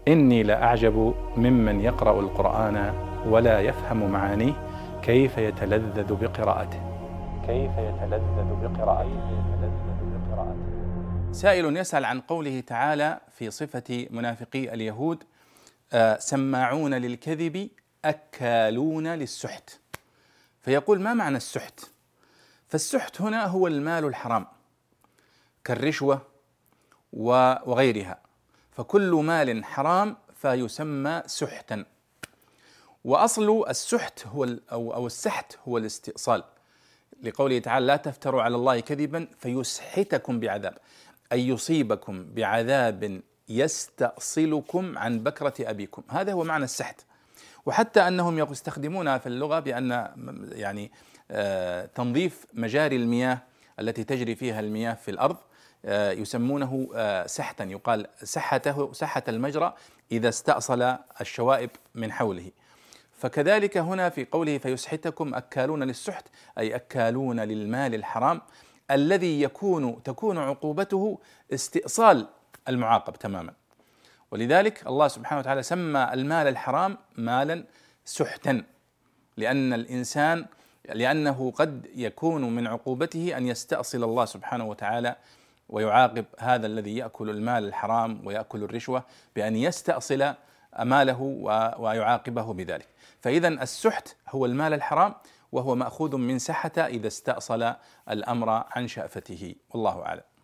إني لأعجب ممن يقرأ القرآن ولا يفهم معانيه كيف يتلذذ بقراءته. سائل يسأل عن قوله تعالى في صفة منافقي اليهود: سماعون للكذب أكالون للسحت. فيقول: ما معنى السحت؟ فالسحت هنا هو المال الحرام كالرشوة وغيرها، فكل مال حرام فيسمى سحتا. وأصل السحت هو أو السحت هو الاستئصال، لقوله تعالى: لا تفتروا على الله كذبا فيسحتكم بعذاب، أي يصيبكم بعذاب يستأصلكم عن بكرة أبيكم. هذا هو معنى السحت. وحتى أنهم يستخدمونها في اللغة بأن يعني تنظيف مجاري المياه التي تجري فيها المياه في الأرض يسمونه سحتا، يقال سحت المجرى إذا استأصل الشوائب من حوله. فكذلك هنا في قوله فيسحتكم أكالون للسحت، أي أكالون للمال الحرام الذي تكون عقوبته استئصال المعاقب تماما. ولذلك الله سبحانه وتعالى سمى المال الحرام مالا سحتا، لأنه قد يكون من عقوبته أن يستأصل الله سبحانه وتعالى ويعاقب هذا الذي يأكل المال الحرام ويأكل الرشوة بأن يستأصل ماله ويعاقبه بذلك. فإذا السحت هو المال الحرام، وهو مأخوذ من سحت إذا استأصل الأمر عن شأفته، والله أعلم.